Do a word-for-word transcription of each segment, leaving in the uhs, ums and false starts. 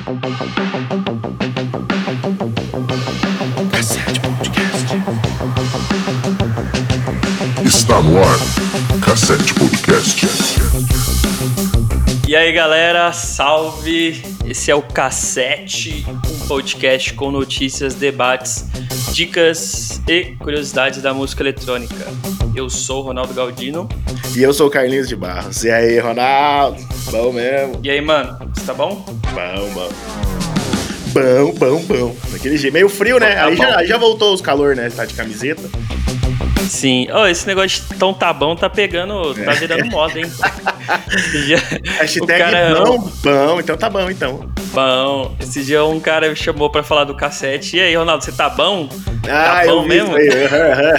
Está no ar, Cassete Podcast. E aí galera, salve! Esse é o Cassete, um podcast com notícias, debates, dicas e curiosidades da música eletrônica. Eu sou o Ronaldo Galdino. E eu sou o Carlinhos de Barros. E aí, Ronaldo? Bom mesmo? E aí, mano, você tá bom? Bom, bom. Bom, bom, bom. Daquele jeito. Meio frio, né? Tá aí, já, bom. aí já voltou os calor, né? Tá de camiseta. Sim. Oh, esse negócio de tão tá bom tá pegando, tá virando moda, hein? Hashtag o cara... bom, bom, então tá bom, então. Bom, esse dia um cara me chamou pra falar do cassete. E aí, Ronaldo, você tá bom? Ah, tá bom eu vi mesmo? isso aí.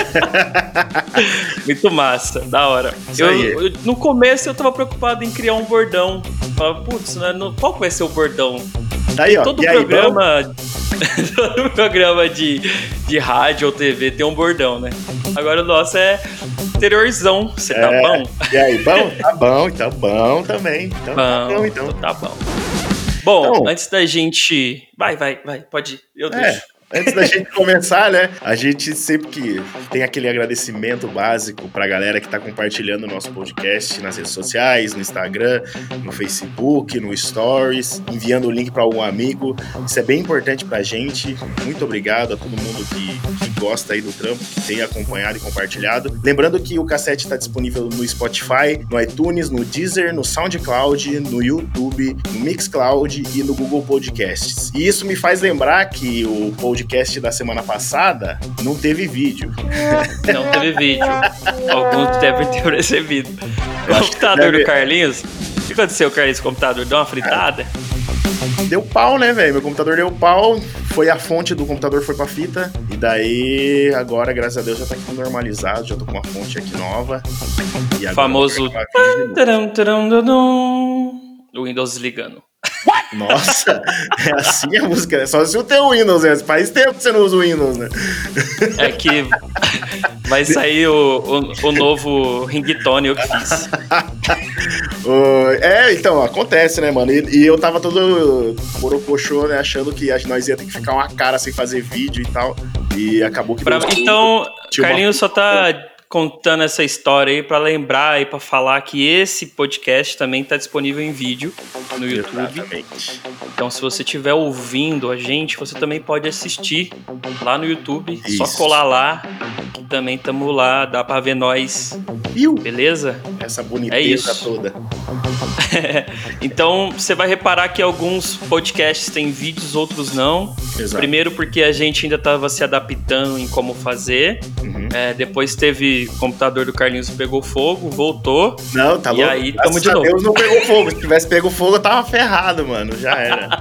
Muito massa, da hora. Isso Eu, aí. eu- no começo eu tava preocupado em criar um bordão. Falava, putz, né, no- qual que vai ser o bordão? Tá aí, ó. Todo E aí, programa, todo programa de, de rádio ou T V tem um bordão, né? Agora o nosso é interiorzão. Você tá É. bom? E aí, bom? Tá bom, então bom também. Então tá bom, então. Tá bom. Bom, Então- antes da gente... Vai, vai, vai, pode ir. Eu É. deixo. Antes da gente começar, né? A gente sempre que tem aquele agradecimento básico pra galera que tá compartilhando o nosso podcast nas redes sociais, no Instagram, no Facebook, no Stories, enviando o link pra algum amigo. Isso é bem importante pra gente. Muito obrigado a todo mundo que, que gosta aí do trampo, que tem acompanhado e compartilhado. Lembrando que o cassete tá disponível no Spotify, no iTunes, no Deezer, no SoundCloud, no YouTube, no Mixcloud e no Google Podcasts. E isso me faz lembrar que o podcast da semana passada não teve vídeo. Não teve vídeo. Alguns devem ter percebido. Eu O acho que computador deve- do Carlinhos... O que aconteceu, Carlinhos? O computador deu uma fritada? Deu pau, né, velho? Meu computador deu pau, foi a fonte do computador, foi pra fita. E daí, agora, graças a Deus, já tá aqui normalizado, já tô com uma fonte aqui nova. E agora Famoso... eu vou gravar vídeo de novo. Taram, taram, dadum. O Windows desligando. Nossa, é assim a música, né? Só se o teu Windows, né? Faz tempo que você não usa o Windows, né? É que vai sair o, o, o novo ringtone, eu que fiz. Ô, é, então, acontece, né, mano? E, e eu tava todo borocochô, né, achando que a- nós ia ter que ficar uma cara sem fazer vídeo e tal. E acabou que... Pra- deu certo. então, Tinha uma- Carlinhos só tá contando essa história aí pra lembrar e pra falar que esse podcast também tá disponível em vídeo no YouTube. Exatamente. Então, se você estiver ouvindo a gente, você também pode assistir lá no YouTube. Só Isso. colar lá, que também estamos lá, dá pra ver nós, Viu? beleza? Essa É boniteza isso. toda. Então, você vai reparar que alguns podcasts têm vídeos, outros não. Exato. Primeiro porque a gente ainda estava se adaptando em como fazer. Uhum. É, depois teve o computador do Carlinhos pegou fogo, voltou. Não, tá E louco. aí, Graças tamo de a novo. Deus não pegou fogo. Se tivesse pego fogo, eu tava ferrado, mano. Já era.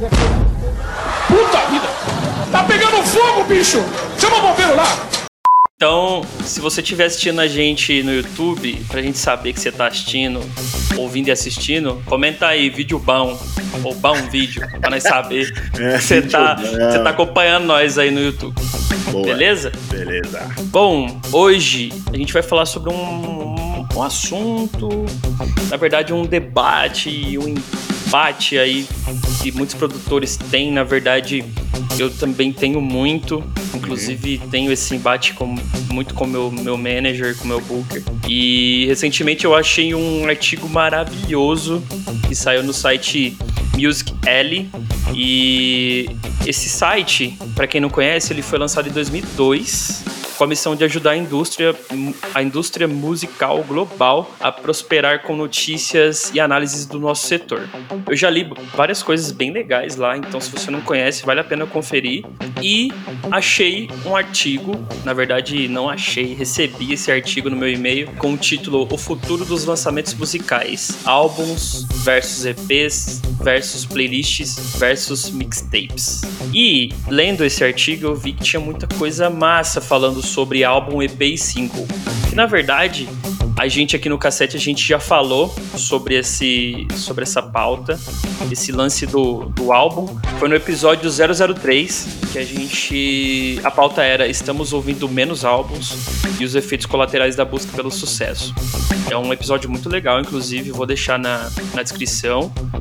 Puta vida! Tá pegando fogo, bicho! Chama o bombeiro lá! Então, se você estiver assistindo a gente no YouTube, pra gente saber que você tá assistindo, ouvindo e assistindo, comenta aí, vídeo bom, ou bom vídeo, pra nós saber É, que você vídeo tá, bom. você tá acompanhando nós aí no YouTube. Boa. Beleza? Beleza. Bom, hoje a gente vai falar sobre um, um assunto, na verdade um debate, um embate aí que muitos produtores têm, na verdade eu também tenho muito, inclusive tenho esse embate com, muito com o meu, meu manager, com o meu booker. E recentemente eu achei um artigo maravilhoso que saiu no site Music Alley. E esse site, para quem não conhece, ele foi lançado em dois mil e dois com a missão de ajudar a indústria, a indústria musical global a prosperar com notícias e análises do nosso setor. Eu já li várias coisas bem legais lá, então se você não conhece, vale a pena conferir. E achei um artigo, na verdade não achei, recebi esse artigo no meu e-mail com o título O Futuro dos Lançamentos Musicais, Álbuns versus E Ps versus Playlists versus Mixtapes. E lendo esse artigo eu vi que tinha muita coisa massa falando sobre álbum, E P e single. E na verdade, a gente aqui no Cassete, a gente já falou sobre, esse, sobre essa pauta, esse lance do, do álbum. Foi no episódio zero zero três que a gente... A pauta era Estamos ouvindo menos álbuns e os efeitos colaterais da busca pelo sucesso. É um episódio muito legal, inclusive, vou deixar na, na descrição.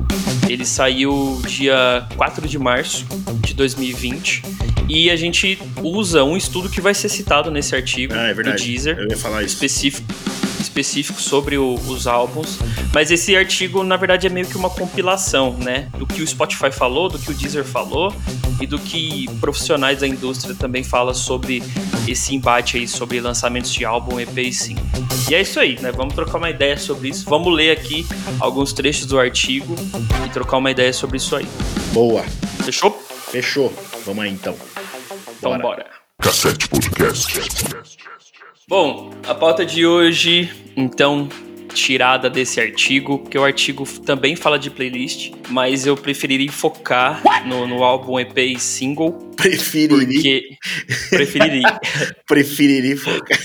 Ele saiu dia quatro de março de dois mil e vinte. E a gente usa um estudo que vai ser citado nesse artigo ah, é do Deezer. Eu ia falar isso. Específico, específico sobre o, os álbuns. Mas esse artigo, na verdade, é meio que uma compilação, né? Do que o Spotify falou, do que o Deezer falou e do que profissionais da indústria também falam sobre esse embate aí, sobre lançamentos de álbum, E P e single. E é isso aí, né? Vamos trocar uma ideia sobre isso. Vamos ler aqui alguns trechos do artigo e trocar uma ideia sobre isso aí. Boa. Fechou? Fechou. Vamos aí, então. Então, bora. bora. Cassete Podcast. Bom, a pauta de hoje, então, tirada desse artigo, porque o artigo também fala de playlist, mas eu preferiria focar no, no álbum E P e single. Preferiria. Porque... Preferiria. Preferiria focar.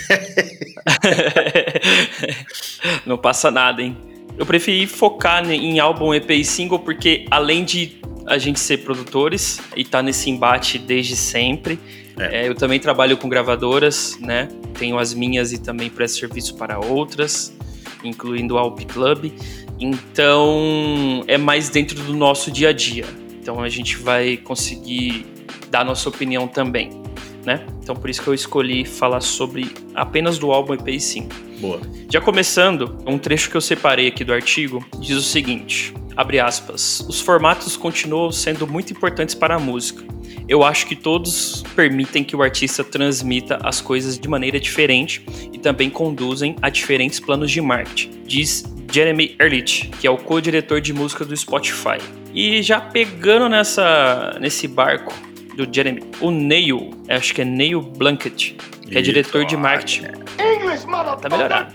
Não passa nada, hein? Eu preferi focar em álbum, E P e single, porque além de a gente ser produtores e estar tá nesse embate desde sempre, é. É, eu também trabalho com gravadoras, né? Tenho as minhas e também presto serviço para outras, incluindo a Alp Club. Então, é mais dentro do nosso dia a dia. Então, a gente vai conseguir dar nossa opinião também, né? Então, por isso que eu escolhi falar sobre apenas do álbum E P e single. Boa. Já começando, um trecho que eu separei aqui do artigo diz o seguinte, abre aspas, os formatos continuam sendo muito importantes para a música. Eu acho que todos permitem que o artista transmita as coisas de maneira diferente e também conduzem a diferentes planos de marketing, diz Jeremy Erlich, que é o co-diretor de música do Spotify. E já pegando nessa, nesse barco do Jeremy, o Neil, acho que é Neil Blunkett, que é diretor de marketing. Tá melhorado.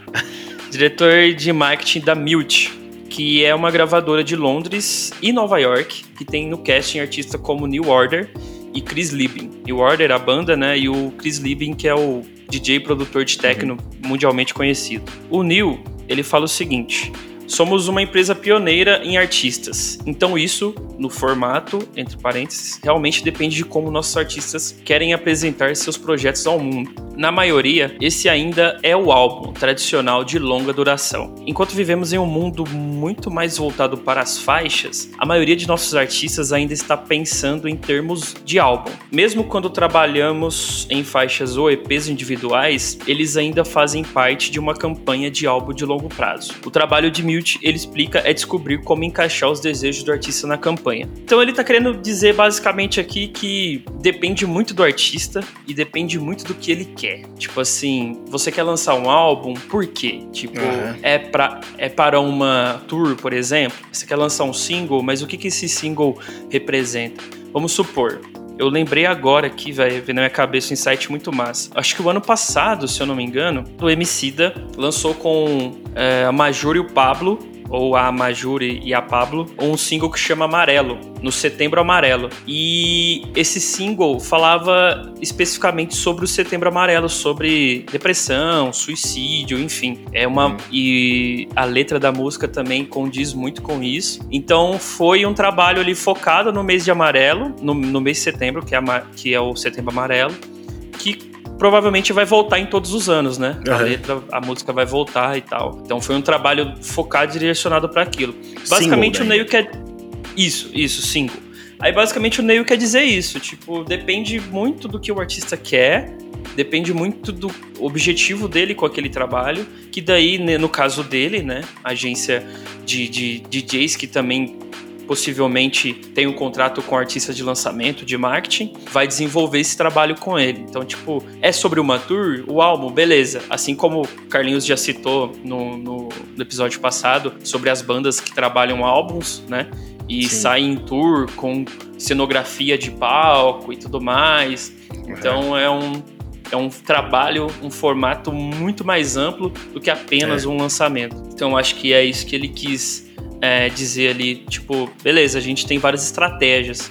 Diretor de marketing da Mute, que é uma gravadora de Londres e Nova York, que tem no casting artistas como New Order e Chris Liebing. New Order, a banda, né? E o Chris Liebing, que é o D J produtor de techno mundialmente conhecido. O Neil, ele fala o seguinte... Somos uma empresa pioneira em artistas, então isso, no formato, entre parênteses, realmente depende de como nossos artistas querem apresentar seus projetos ao mundo. Na maioria, esse ainda é o álbum tradicional de longa duração. Enquanto vivemos em um mundo muito mais voltado para as faixas, a maioria de nossos artistas ainda está pensando em termos de álbum. Mesmo quando trabalhamos em faixas ou E Ps individuais, eles ainda fazem parte de uma campanha de álbum de longo prazo. O trabalho de Mute, ele explica, é descobrir como encaixar os desejos do artista na campanha. Então ele tá querendo dizer basicamente aqui que depende muito do artista e depende muito do que ele quer. Tipo assim, você quer lançar um álbum, por quê? Tipo, uhum. é, pra, é para uma tour, por exemplo? Você quer lançar um single, mas o que, que esse single representa? Vamos supor, eu lembrei agora aqui, velho, veio na minha cabeça um insight muito massa. Acho que o ano passado, se eu não me engano, o Emicida lançou com é, a Majur e o Pablo, ou a Majuri e a Pablo, um single que chama Amarelo, no Setembro Amarelo. E esse single falava especificamente sobre o Setembro Amarelo, sobre depressão, suicídio, enfim. É uma... E a letra da música também condiz muito com isso. Então foi um trabalho ali focado no mês de amarelo, no, no mês de setembro, que é, a, que é o Setembro Amarelo, que provavelmente vai voltar em todos os anos, né? Uhum. A letra, a música vai voltar e tal. Então foi um trabalho focado e direcionado para aquilo. Basicamente single, o Neil quer... Isso, isso, single. Aí basicamente o Neil quer dizer isso, tipo, depende muito do que o artista quer, depende muito do objetivo dele com aquele trabalho, que daí, no caso dele, né, agência de, de D Js que também possivelmente tem um contrato com artistas de lançamento, de marketing, vai desenvolver esse trabalho com ele. Então, tipo, é sobre uma tour, o álbum, beleza. Assim como o Carlinhos já citou no, no, no episódio passado, sobre as bandas que trabalham álbuns, né? E Sim. saem em tour com cenografia de palco e tudo mais. Uhum. Então, é um... É um trabalho, um formato muito mais amplo do que apenas é. um lançamento. Então, acho que é isso que ele quis é, dizer ali. Tipo, beleza, a gente tem várias estratégias,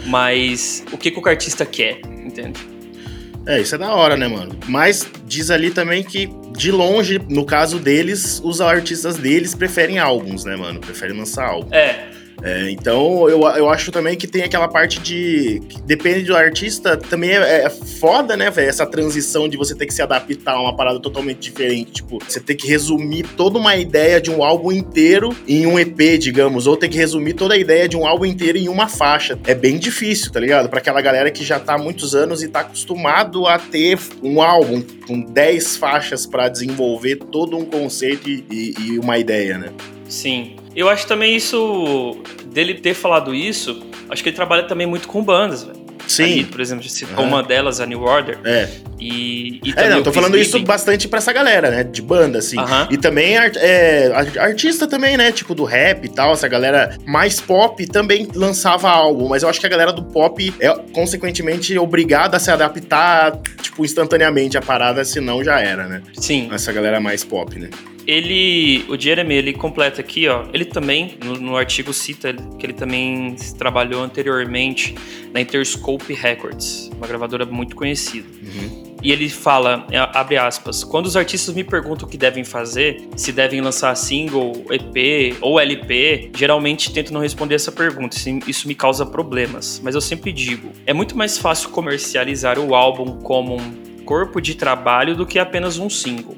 mas o que, que o artista quer, entende? É, isso é da hora, né, mano? Mas diz ali também que, de longe, no caso deles, os artistas deles preferem álbuns, né, mano? Preferem lançar álbum. É. É, então, eu, eu acho também que tem aquela parte de... Que depende do artista, também é, é foda, né, velho? Essa transição de você ter que se adaptar a uma parada totalmente diferente. Tipo, você ter que resumir toda uma ideia de um álbum inteiro em um E P, digamos, ou ter que resumir toda a ideia de um álbum inteiro em uma faixa. É bem difícil, tá ligado? Pra aquela galera que já tá há muitos anos e tá acostumado a ter um álbum com dez faixas pra desenvolver todo um conceito e, e, e uma ideia, né? Sim. Eu acho também isso, dele ter falado isso, acho que ele trabalha também muito com bandas, velho. Sim. Ali, por exemplo, citou uhum. uma delas, a New Order. É. E, e é, não, tô falando Chris isso Liebing. bastante pra essa galera, né? De banda, assim. Uhum. E também art, é, artista também, né? Tipo do rap e tal. Essa galera mais pop também lançava álbum. Mas eu acho que a galera do pop é, consequentemente, obrigada a se adaptar, tipo, instantaneamente à parada, senão já era, né? Sim. Essa galera mais pop, né? Ele, o Jeremy, ele completa aqui, ó, ele também, no, no artigo cita que ele também trabalhou anteriormente na Interscope Records, uma gravadora muito conhecida. Uhum. E ele fala, abre aspas, quando os artistas me perguntam o que devem fazer, se devem lançar single, E P ou L P, geralmente tento não responder essa pergunta, isso me causa problemas. Mas eu sempre digo, é muito mais fácil comercializar o álbum como um corpo de trabalho do que apenas um single.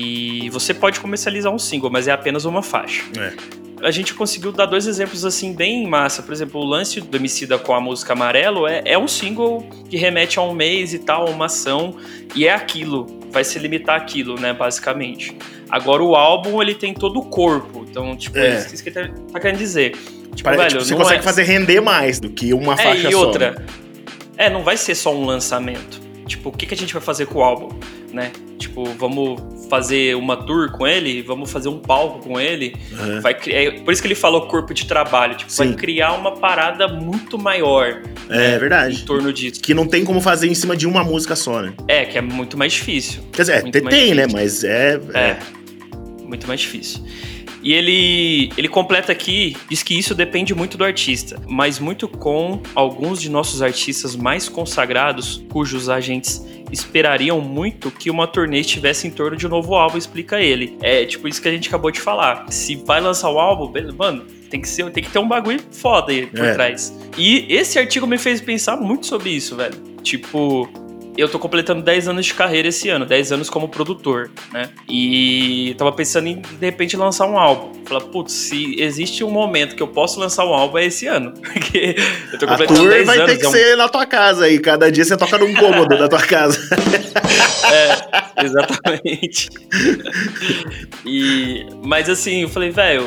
E você pode comercializar um single, mas é apenas uma faixa. É. A gente conseguiu dar dois exemplos assim bem massa. Por exemplo, o lance do Emicida com a música Amarelo é, é um single que remete a um mês e tal, a uma ação, e é aquilo, vai se limitar àquilo, né, basicamente. Agora o álbum, ele tem todo o corpo, então, tipo, é, é isso que ele tá, tá querendo dizer. Tipo, Pare, velho, tipo, você não consegue é... fazer render mais do que uma é, faixa e só. outra, é, não vai ser só um lançamento. Tipo, o que, que a gente vai fazer com o álbum, né? Tipo, vamos fazer uma tour com ele, vamos fazer um palco com ele. Uhum. Vai criar, por isso que ele falou corpo de trabalho. Tipo, Sim. vai criar uma parada muito maior. É, né, verdade. em torno disso. Que não tem como fazer em cima de uma música só, né? É, que é muito mais difícil. Quer dizer, muito tem, mais tem né? difícil. Mas é... É. é, muito mais difícil. E ele, ele completa aqui, diz que isso depende muito do artista, mas muito com alguns de nossos artistas mais consagrados, cujos agentes esperariam muito que uma turnê estivesse em torno de um novo álbum, explica ele. É tipo isso que a gente acabou de falar. Se vai lançar o álbum, mano, tem que, ser, tem que ter um bagulho foda aí por é. trás. E esse artigo me fez pensar muito sobre isso, velho. Tipo... Eu tô completando dez anos de carreira esse ano, dez anos como produtor, né? E tava pensando em, de repente, lançar um álbum. Falar, putz, se existe um momento que eu posso lançar um álbum, é esse ano. Porque eu tô completando a tour dez vai anos. ter que é um... ser na tua casa aí. Cada dia você toca num cômodo da tua casa. É, exatamente. E, mas assim, eu falei, velho,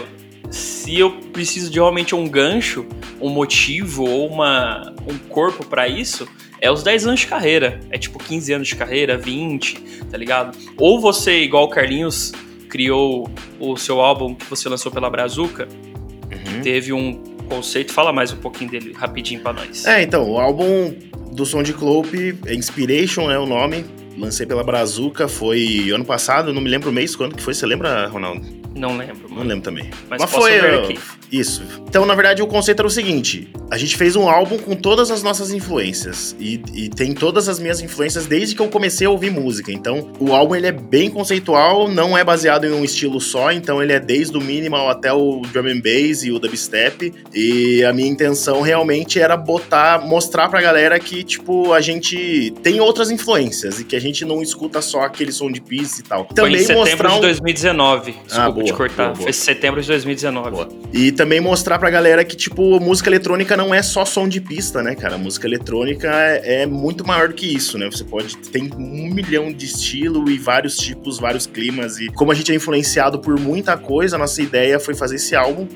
se eu preciso de realmente um gancho, um motivo ou uma, um corpo pra isso... É os dez anos de carreira. É tipo quinze anos de carreira, vinte, tá ligado? Ou você, igual o Carlinhos, criou o seu álbum que você lançou pela Brazuca, uhum. teve um conceito. Fala mais um pouquinho dele, rapidinho pra nós. É, então, o álbum do Soundclope, Inspiration é o nome. Lancei pela Brazuca, foi ano passado, não me lembro o mês, quando que foi, você lembra, Ronaldo? Não lembro, mano. Não lembro também. Mas, Mas posso foi ver aqui. Isso. Então, na verdade, o conceito era o seguinte: a gente fez um álbum com todas as nossas influências. E, e tem todas as minhas influências desde que eu comecei a ouvir música. Então, o álbum ele é bem conceitual, não é baseado em um estilo só. Então, ele é desde o minimal até o drum and bass e o dubstep. E a minha intenção realmente era botar, mostrar pra galera que, tipo, a gente tem outras influências e que a gente não escuta só aquele som de pista e tal. Foi Também em setembro mostrar um... de dois mil e dezenove. Desculpa ah, boa, te cortar. boa, boa. Foi setembro de dois mil e dezenove. Boa. E também mostrar pra galera que, tipo, música eletrônica não é só som de pista, né, cara? Música eletrônica é, é muito maior do que isso, né? Você pode... Tem um milhão de estilos e vários tipos, vários climas. E como a gente é influenciado por muita coisa, a nossa ideia foi fazer esse álbum.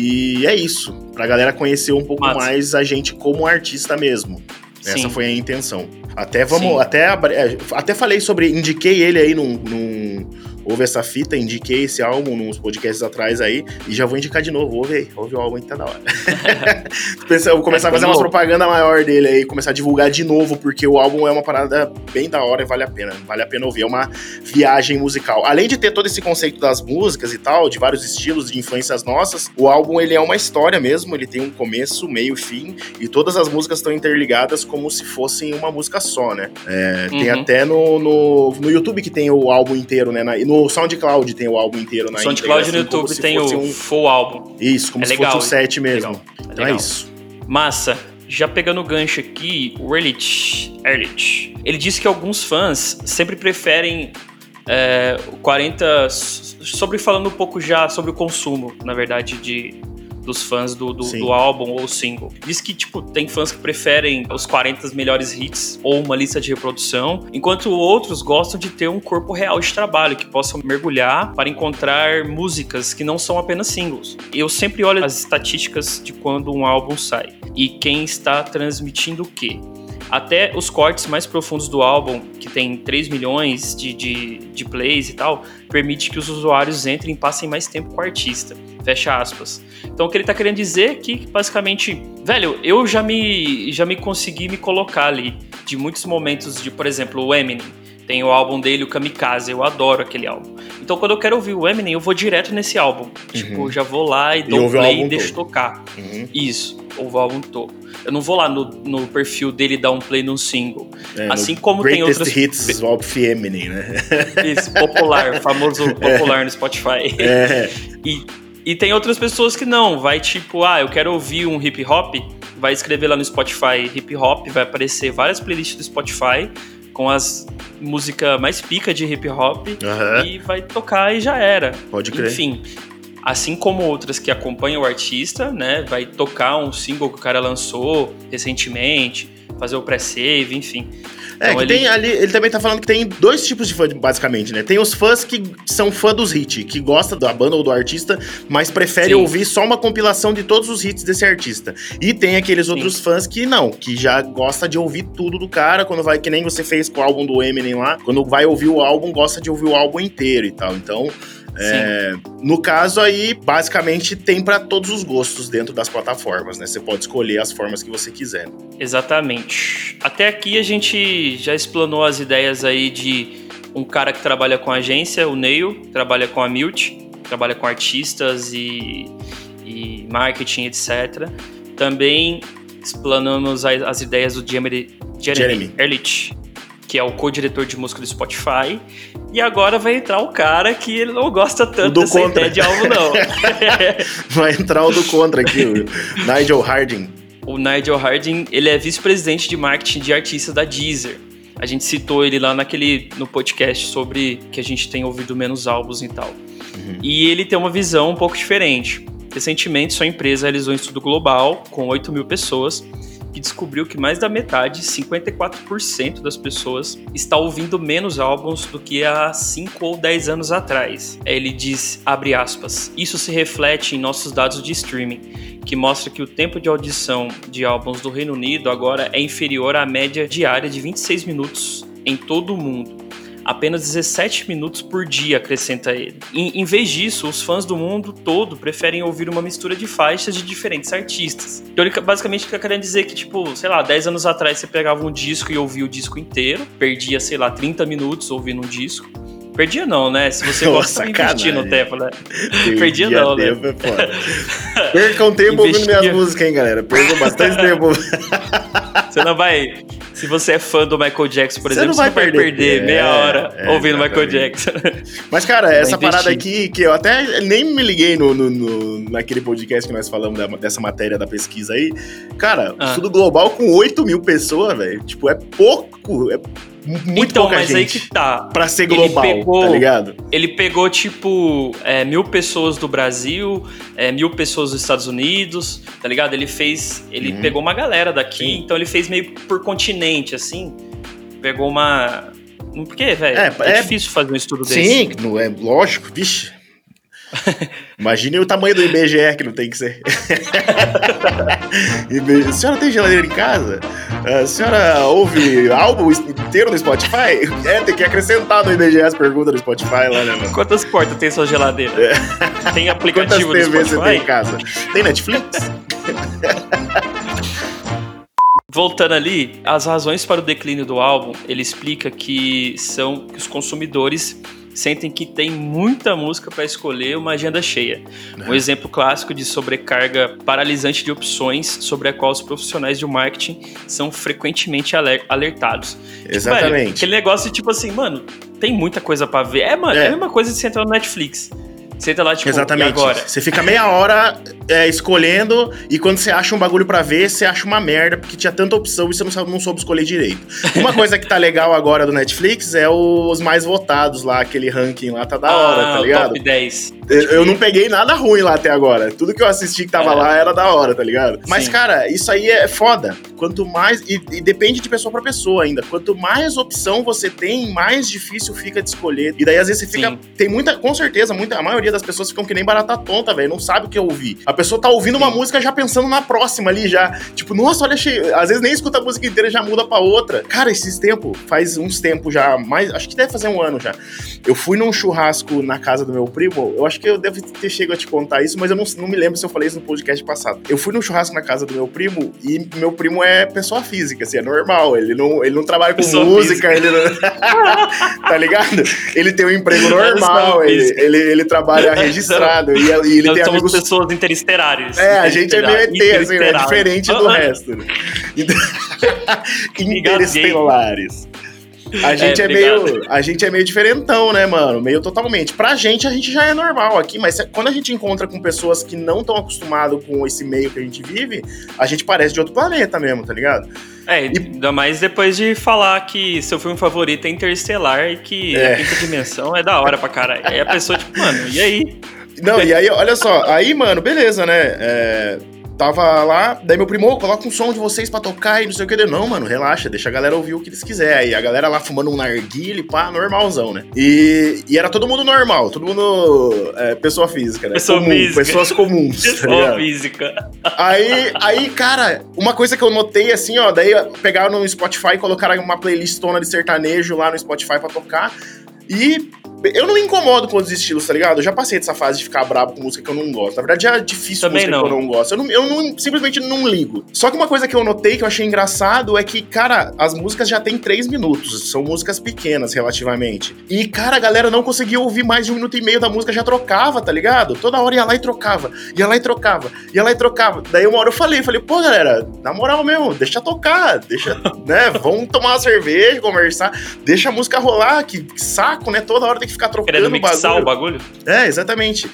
E é isso. Pra galera conhecer um pouco Massa. mais a gente como artista mesmo. Essa Sim. foi a intenção. Até vamos... Sim. Até, até falei sobre... Indiquei ele aí num... num Ouve essa fita, indiquei esse álbum nos podcasts atrás aí, e já vou indicar de novo, ouve aí, ouve o álbum que tá da hora. Eu vou começar é, a fazer uma propaganda maior dele aí, começar a divulgar de novo, porque o álbum é uma parada bem da hora e vale a pena, vale a pena ouvir, é uma viagem musical. Além de ter todo esse conceito das músicas e tal, de vários estilos, de influências nossas, o álbum ele é uma história mesmo, ele tem um começo, meio, fim, e todas as músicas estão interligadas como se fossem uma música só, né? É, uhum. Tem até no, no, no YouTube que tem o álbum inteiro, né? Na, no no SoundCloud tem o álbum inteiro na SoundCloud íntegra, no assim, YouTube tem o um... full álbum. Isso, como é se legal, fosse o set mesmo. Legal. É então legal. é isso. Massa. Já pegando o gancho aqui, o Ehrlich, Ehrlich, ele disse que alguns fãs sempre preferem é, o quarenta... Sobre falando um pouco já sobre o consumo, na verdade, de... dos fãs do, do, do álbum ou single. Diz que, tipo, tem fãs que preferem os quarenta melhores hits ou uma lista de reprodução, enquanto outros gostam de ter um corpo real de trabalho, que possam mergulhar para encontrar músicas que não são apenas singles. Eu sempre olho as estatísticas de quando um álbum sai e quem está transmitindo o quê. Até os cortes mais profundos do álbum, que tem três milhões de, de, de plays e tal, permite que os usuários entrem e passem mais tempo com o artista. Fecha aspas. Então o que ele tá querendo dizer é que, basicamente, velho, eu já me, já me consegui me colocar ali, de muitos momentos de, por exemplo, o Eminem. Tem o álbum dele, o Kamikaze, eu adoro aquele álbum. Então quando eu quero ouvir o Eminem, eu vou direto nesse álbum. Uhum. Tipo, já vou lá e dou e play e deixo todo. tocar. Uhum. Isso, ouvo o álbum todo. Eu não vou lá no, no perfil dele dar um play num single. É, assim como tem outras... Greatest Hits of Eminem, né? Isso, popular, famoso popular é. no Spotify. É. E, e tem outras pessoas que não, vai tipo, ah, eu quero ouvir um hip hop, vai escrever lá no Spotify hip hop, vai aparecer várias playlists do Spotify com as músicas mais pica de hip hop uhum. e vai tocar e já era. Pode crer. Enfim, assim como outras que acompanham o artista, né, vai tocar um single que o cara lançou recentemente, fazer o pré-save, enfim. É, então que ele... tem ali, ele também tá falando que tem dois tipos de fã, basicamente, né? Tem os fãs que são fã dos hits, que gostam da banda ou do artista, mas preferem Sim. ouvir só uma compilação de todos os hits desse artista. E tem aqueles Sim. outros fãs que não, que já gosta de ouvir tudo do cara, quando vai, que nem você fez com o álbum do Eminem lá, quando vai ouvir o álbum, gosta de ouvir o álbum inteiro e tal. Então... É, no caso aí, basicamente tem para todos os gostos dentro das plataformas, né? Você pode escolher as formas que você quiser. Exatamente. Até aqui a gente já explanou as ideias aí de um cara que trabalha com agência, o Neil, trabalha com a Mute, trabalha com artistas e, e marketing, etcétera. Também explanamos as, as ideias do Jeremy, Jeremy, Jeremy. Ehrlich, que é o co-diretor de música do Spotify, e agora vai entrar o cara que ele não gosta tanto dessa contra. ideia de álbum, não. Vai entrar o do contra aqui, o Nigel Harding. O Nigel Harding, ele é vice-presidente de marketing de artistas da Deezer. A gente citou ele lá naquele, no podcast sobre que a gente tem ouvido menos álbuns e tal. Uhum. E ele tem uma visão um pouco diferente. Recentemente, sua empresa realizou um estudo global com oito mil pessoas, que descobriu que mais da metade, cinquenta e quatro por cento das pessoas, está ouvindo menos álbuns do que há cinco ou dez anos atrás. Ele diz, abre aspas, isso se reflete em nossos dados de streaming, que mostra que o tempo de audição de álbuns do Reino Unido agora é inferior à média diária de vinte e seis minutos em todo o mundo. Apenas dezessete minutos por dia, acrescenta ele. Em, em vez disso, os fãs do mundo todo preferem ouvir uma mistura de faixas de diferentes artistas. Então ele basicamente fica querendo dizer que, tipo, sei lá, dez anos atrás você pegava um disco e ouvia o disco inteiro, perdia, sei lá, trinta minutos ouvindo um disco. Perdia não, né? Se você gosta de investir no tempo, né? Perdia, Perdia não, né? É Percam tempo ouvindo minhas músicas, hein, galera? Percam bastante tempo. Você não vai... Se você é fã do Michael Jackson, por você exemplo, não vai você não vai perder, perder é, meia hora é, ouvindo exatamente. Michael Jackson. Mas, cara, essa investir. parada aqui, que eu até nem me liguei no, no, no, naquele podcast que nós falamos da, dessa matéria da pesquisa aí. Cara, ah. estudo global com oito mil pessoas, velho. Tipo, é pouco, é muito então, pouca mas gente aí que tá. Pra ser global, pegou, tá ligado? Ele pegou, tipo, é, mil pessoas do Brasil, é, mil pessoas dos Estados Unidos, tá ligado? Ele fez... Ele uhum. pegou uma galera daqui, Sim. então ele fez meio por continente, assim. Pegou uma... Por quê, velho? É, é, é difícil fazer um estudo sim, desse. Sim, não é lógico, vixe. Imagine o tamanho do I B G E que não tem que ser. A senhora tem geladeira em casa? A senhora ouve álbum inteiro no Spotify? É, tem que acrescentar no I B G E as perguntas do Spotify lá, né, mano? Quantas portas tem sua geladeira? É. Tem aplicativo do Spotify? Quantas T V você tem em casa? Tem Netflix? Voltando ali, as razões para o declínio do álbum, ele explica que são que os consumidores sentem que tem muita música para escolher, uma agenda cheia. Um é. exemplo clássico de sobrecarga paralisante de opções sobre a qual os profissionais de marketing são frequentemente alertados. Exatamente. Tipo, velho, aquele negócio tipo assim, mano, tem muita coisa pra ver. É, mano, é. é a mesma coisa de você entrar no Netflix. Você entra lá, tipo, exatamente. E agora? Você fica meia hora é, escolhendo, e quando você acha um bagulho pra ver, você acha uma merda, porque tinha tanta opção e você não, sabe, não soube escolher direito. Uma coisa que tá legal agora do Netflix é os mais votados lá, aquele ranking lá, tá da hora, ah, tá ligado? Top dez. Eu, eu não peguei nada ruim lá até agora. Tudo que eu assisti que tava é. lá era da hora, tá ligado? Sim. Mas, cara, isso aí é foda. Quanto mais... E, e depende de pessoa pra pessoa ainda. Quanto mais opção você tem, mais difícil fica de escolher. E daí, às vezes, você fica... Sim. Tem muita... Com certeza, muita, a maioria das pessoas ficam que nem barata tonta, velho. Não sabe o que ouvir. A pessoa tá ouvindo Sim. uma música já pensando na próxima ali, já. Tipo, nossa, olha, achei... Às vezes nem escuta a música inteira, já muda pra outra. Cara, esses tempos, faz uns tempos já, mais... Acho que deve fazer um ano já. Eu fui num churrasco na casa do meu primo. Eu acho que eu devo ter chegado a te contar isso, mas eu não, não me lembro se eu falei isso no podcast passado. Eu fui num churrasco na casa do meu primo, e meu primo é pessoa física, assim, é normal. Ele não, ele não trabalha com pessoa música, física. Ele não... tá ligado? Ele tem um emprego normal, ele, ele, ele trabalha registrado, e, e ele Nós tem somos amigos... pessoas interestelares. É, a gente é meio E T, assim, é diferente do resto. Interestelares. A gente é, é meio, a gente é meio diferentão, né, mano? Meio totalmente. Pra gente, a gente já é normal aqui, mas quando a gente encontra com pessoas que não estão acostumadas com esse meio que a gente vive, a gente parece de outro planeta mesmo, tá ligado? É, e... ainda mais depois de falar que seu filme favorito é Interestelar e que é. a quinta dimensão é da hora pra caralho. Aí a pessoa, tipo, mano, e aí? Não, e aí, olha só, aí, mano, beleza, né? É... Tava lá, daí meu primo, oh, coloca um som de vocês pra tocar e não sei o que. Eu, não, mano, relaxa, deixa a galera ouvir o que eles quiserem. Aí a galera lá fumando um narguile, pá, normalzão, né? E, e era todo mundo normal, todo mundo é, pessoa física, né? Pessoa Comum, física. Pessoas comuns. Pessoa tá física. Aí, aí, cara, uma coisa que eu notei, assim, ó, daí pegaram no Spotify e colocaram uma playlist tona de sertanejo lá no Spotify pra tocar. E eu não me incomodo com os estilos, tá ligado? Eu já passei dessa fase de ficar brabo com música que eu não gosto. Na verdade, é difícil Também música não. que eu não gosto. Eu, não, eu não, simplesmente não ligo. Só que uma coisa que eu notei, que eu achei engraçado, é que, cara, as músicas já tem três minutos. São músicas pequenas, relativamente. E, cara, a galera não conseguia ouvir mais de um minuto e meio da música, já trocava, tá ligado? Toda hora ia lá e trocava. Ia lá e trocava. Ia lá e trocava. Daí uma hora eu falei, falei, pô, galera, na moral mesmo, deixa tocar. Deixa, né, vamos tomar uma cerveja, conversar. Deixa a música rolar, que, que saco, né? Toda hora tem que ficar trocando o bagulho. Mixar o bagulho? É, exatamente.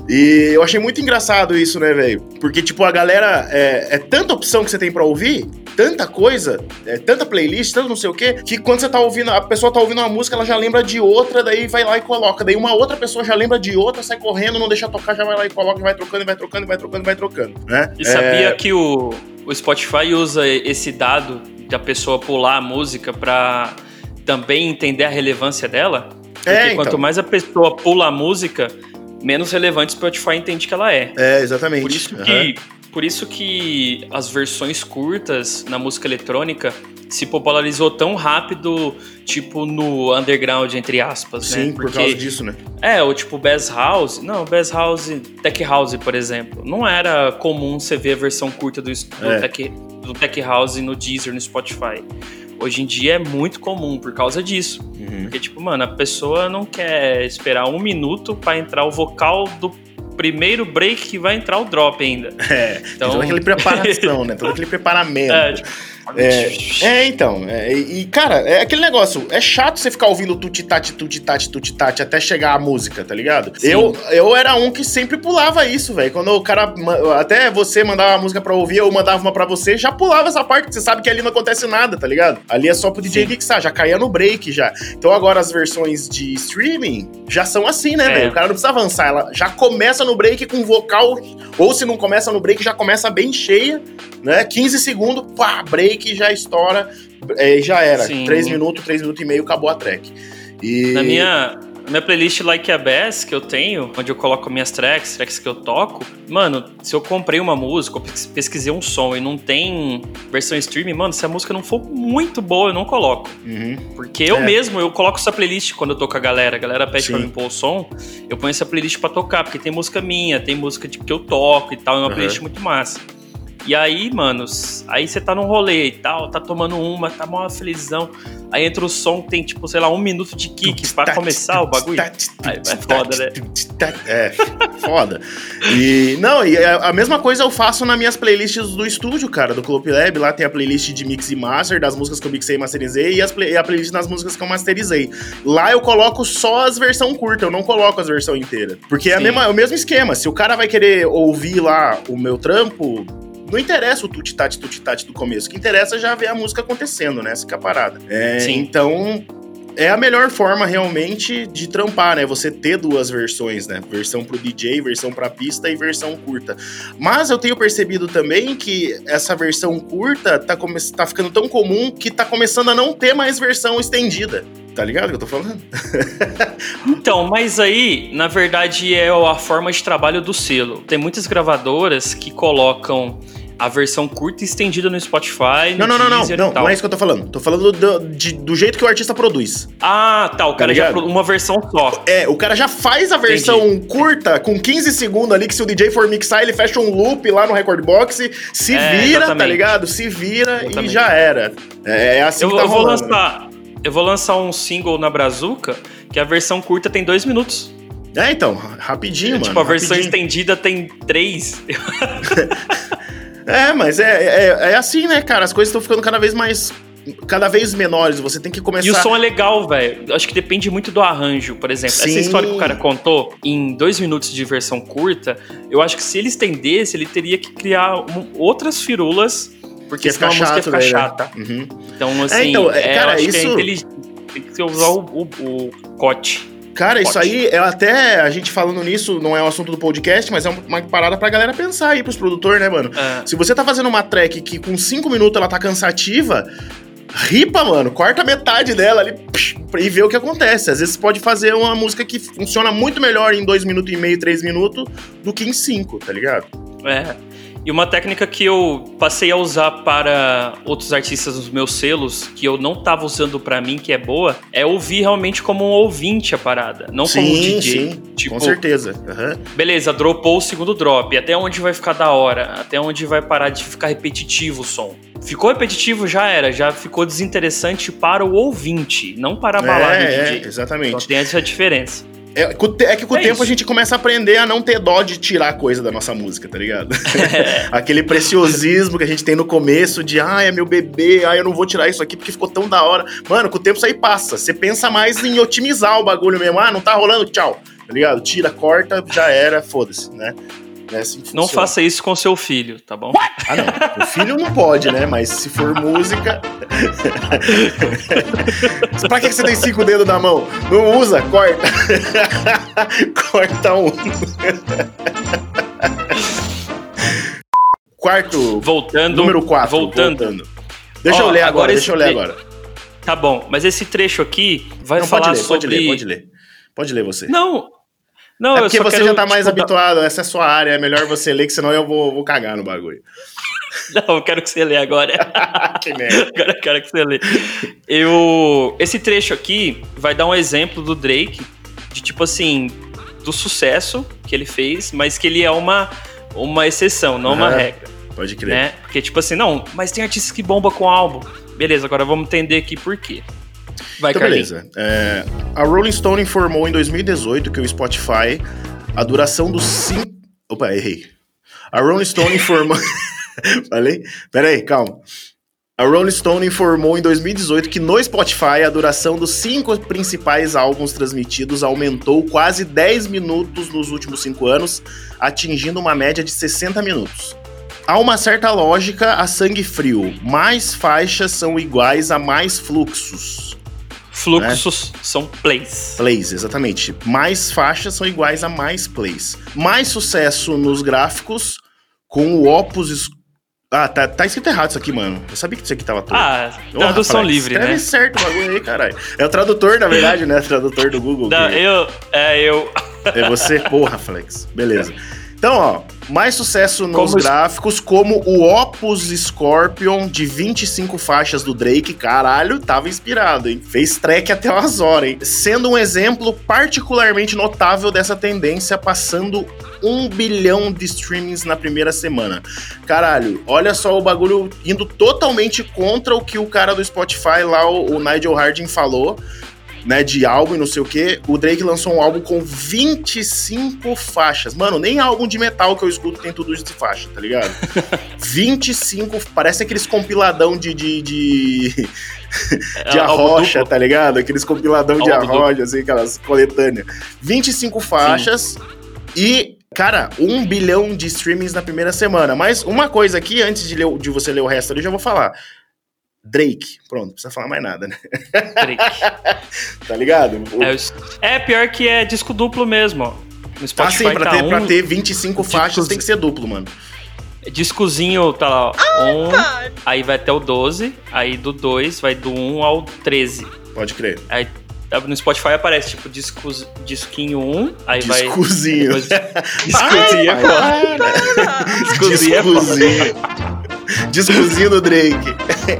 E eu achei muito engraçado isso, né, velho? Porque, tipo, a galera... É, é tanta opção que você tem pra ouvir, tanta coisa, é, tanta playlist, tanto não sei o quê, que quando você tá ouvindo... A pessoa tá ouvindo uma música, ela já lembra de outra, daí vai lá e coloca. Daí uma outra pessoa já lembra de outra, sai correndo, não deixa tocar, já vai lá e coloca, vai trocando, vai trocando, vai trocando, vai trocando, né? E sabia é... que o, o Spotify usa esse dado da pessoa pular a música pra também entender a relevância dela? Porque é, então. Quanto mais a pessoa pula a música, menos relevante o Spotify entende que ela é. É, exatamente. Por isso, uhum. que, por isso que as versões curtas na música eletrônica se popularizou tão rápido, tipo, no underground, entre aspas, Sim, né? Sim, por causa disso, né? É, ou tipo Bass House. Não, Bass House, Tech House, por exemplo. Não era comum você ver a versão curta do, do, é. tech, do Tech House no Deezer, no Spotify. Hoje em dia é muito comum por causa disso. Uhum. Porque, tipo, mano, a pessoa não quer esperar um minuto pra entrar o vocal do primeiro break que vai entrar o drop ainda. É, então... toda aquela preparação, né? Todo aquele preparamento. É, tipo... É, é, então, é, e cara, é aquele negócio, é chato você ficar ouvindo tuti-tati, tuti-tati, tuti-tati até chegar a música, tá ligado? Eu, eu era um que sempre pulava isso, velho. Quando o cara, até você mandava uma música pra ouvir, eu mandava uma pra você, já pulava essa parte, que você sabe que ali não acontece nada, tá ligado? Ali é só pro D J mixar, já caía no break já. Então agora as versões de streaming já são assim, né, é. velho? O cara não precisa avançar, ela já começa no break com vocal, ou se não começa no break, já começa bem cheia, né? quinze segundos, pá, break, que já estoura, é, já era. Sim. três minutos, três minutos e meio, acabou a track. E... Na minha, na minha playlist Like a Bass que eu tenho, onde eu coloco minhas tracks, tracks que eu toco, mano, se eu comprei uma música, eu pesquisei um som e não tem versão streaming, mano, se a música não for muito boa, eu não coloco. Uhum. Porque eu é. mesmo, eu coloco essa playlist quando eu tô com a galera, a galera pede Sim. pra mim pôr o som, eu ponho essa playlist pra tocar, porque tem música minha, tem música de, que eu toco e tal, é uma uhum. playlist muito massa. E aí, mano, aí você tá num rolê e tal, tá tomando uma, tá mó felizão. Aí entra o som, tem tipo, sei lá, um minuto de kick pra começar o bagulho. Aí é foda, né? É, foda. E, não, e a mesma coisa eu faço nas minhas playlists do estúdio, cara, do Club Lab. Lá tem a playlist de mix e master, das músicas que eu mixei e masterizei, e, as play, e a playlist das músicas que eu masterizei. Lá eu coloco só as versões curtas, eu não coloco as versões inteiras. Porque é, a mesma, é o mesmo esquema. Se o cara vai querer ouvir lá o meu trampo, não interessa o tuti-tati, tuti-tati do começo. O que interessa é já ver a música acontecendo, né? Essa que é a parada. É, então, é a melhor forma realmente de trampar, né? Você ter duas versões, né? Versão pro D J, versão pra pista e versão curta. Mas eu tenho percebido também que essa versão curta tá, come- tá ficando tão comum que tá começando a não ter mais versão estendida. Tá ligado o que eu tô falando? Então, mas aí, na verdade, é a forma de trabalho do selo. Tem muitas gravadoras que colocam a versão curta e estendida no Spotify, no Não, não, não, não, Deezer não, e tal. não é isso que eu tô falando. Tô falando do, de- do jeito que o artista produz. Ah, tá, o cara já ligado? pro- uma versão só. É, o cara já faz a versão curta com quinze segundos ali, que se o D J for mixar, ele fecha um loop lá no Record Box, se É, vira, exatamente. tá ligado? Se vira Exatamente. e já era. É, é assim Eu, que tá eu vou rolando. lançar, eu vou lançar um single na Brazuca que a versão curta tem dois minutos. É, então, rapidinho, mano. Tipo, a versão rapidinho. estendida tem três. É, mas é, é, é assim, né, cara? As coisas estão ficando cada vez mais... Cada vez menores. Você tem que começar... E o som é legal, velho. Acho que depende muito do arranjo, por exemplo. Sim. Essa história que o cara contou em dois minutos de versão curta, eu acho que se ele estendesse, ele teria que criar um- outras firulas, porque Ia senão a ficar música ia chato ficar daí, né? chata. Uhum. Então, assim, então, é, é, cara, eu acho que é isso- inteligente. Tem que usar o, o, o cote. Cara, isso Pode. aí, é até a gente falando nisso, não é o assunto do podcast, mas é uma parada pra galera pensar aí, pros produtores, né, mano? É. Se você tá fazendo uma track que com cinco minutos ela tá cansativa, ripa, mano, corta metade dela ali psh, e vê o que acontece. Às vezes você pode fazer uma música que funciona muito melhor em dois minutos e meio, três minutos, do que em cinco, tá ligado? É. E uma técnica que eu passei a usar para outros artistas nos meus selos, que eu não tava usando pra mim, que é boa, é ouvir realmente como um ouvinte a parada, não como um D J. Sim, Tipo, com certeza. Uhum. beleza, dropou o segundo drop, até onde vai ficar da hora, até onde vai parar de ficar repetitivo o som. Ficou repetitivo, já era, já ficou desinteressante para o ouvinte, não para a balada É, do é, D J. exatamente. Então tem essa diferença. É, com o te- é que com o É tempo isso. a gente começa a aprender a não ter dó de tirar coisa da nossa música, tá ligado? Aquele preciosismo que a gente tem no começo de, ah, é meu bebê, ah, eu não vou tirar isso aqui porque ficou tão da hora. Mano, com o tempo isso aí passa. Você pensa mais em otimizar o bagulho mesmo. Ah, não tá rolando, tchau. Tá ligado? Tira, corta, já era, foda-se, né? É assim que Não funciona. faça isso com seu filho, tá bom? Ah, não. O filho não pode, né? Mas se for música. Pra que que você tem cinco dedos na mão? Não usa, corta. Corta um. Quarto. Voltando. Número quatro. Voltando. Deixa Ó, eu ler agora, agora deixa eu esse ler tre- agora. Tá bom, mas esse trecho aqui vai Não, falar pode ler, sobre... pode ler, pode ler. Pode ler você. Não, não, é eu porque só você quero, já tá mais tipo, dar- habituado, essa é a sua área, é melhor você ler, que senão eu vou, vou cagar no bagulho. Não, eu quero que você lê agora. Que merda. Agora eu quero que você lê. Eu... Esse trecho aqui vai dar um exemplo do Drake, de tipo assim, do sucesso que ele fez, mas que ele é uma, uma exceção, não uma Aham. regra, Pode crer. né? Porque tipo assim, não, mas tem artistas que bombam com álbum. Beleza, agora vamos entender aqui por quê. Vai, Então, Carlinhos. beleza. É, a Rolling Stone informou em dois mil e dezoito que o Spotify, a duração dos cinco... Opa, errei. A Rolling Stone informou... Falei? Pera aí, calma. A Rolling Stone informou em dois mil e dezoito que no Spotify a duração dos cinco principais álbuns transmitidos aumentou quase dez minutos nos últimos cinco anos, atingindo uma média de sessenta minutos. Há uma certa lógica a sangue frio. Mais faixas são iguais a mais fluxos. Fluxos são plays. Plays, exatamente. Mais faixas são iguais a mais plays. Mais sucesso nos gráficos com o Opus... es- Ah, tá, tá escrito errado isso aqui, mano. Eu sabia que isso aqui tava todo. Ah, Porra, tradução Flex, livre, escreve né? certo o bagulho aí, caralho. É o tradutor, na verdade, né? Tradutor do Google. Da, que- eu, é, eu... É você? Porra, Flex. Beleza. Então, ó, mais sucesso nos Como gráficos, como o Opus Scorpion de vinte e cinco faixas do Drake. Caralho, tava inspirado, hein? Fez track até umas horas, hein? Sendo um exemplo particularmente notável dessa tendência, passando um bilhão de streamings na primeira semana. Caralho, olha só o bagulho indo totalmente contra o que o cara do Spotify lá, o, o Nigel Harding, falou, né, de álbum e não sei o que. O Drake lançou um álbum com vinte e cinco faixas. Mano, nem álbum de metal que eu escuto tem tudo isso de faixa, tá ligado? vinte e cinco, parece aqueles compiladão de... de, de... de É, arrocha, tá ligado? Aqueles compiladão de Álbum arrocha, assim, aquelas coletâneas. vinte e cinco faixas. Sim. E, cara, um bilhão de streamings na primeira semana. Mas uma coisa aqui, antes de, ler, de você ler o resto ali, eu já vou falar. Drake. Pronto, não precisa falar mais nada, né? Drake. Tá ligado? O... É, é, pior que é disco duplo mesmo, ó. No Spotify ah, sim, pra, tá ter, um... pra ter vinte e cinco disco... faixas tem que ser duplo, mano. Discozinho tá lá, ó. um, aí vai até o doze, aí do dois vai do um ao treze. Pode crer. Aí no Spotify aparece, tipo, discos, disquinho um, aí Discozinho. vai... Discozinho. é foda. Discozinho é foda. Discozinho do Drake.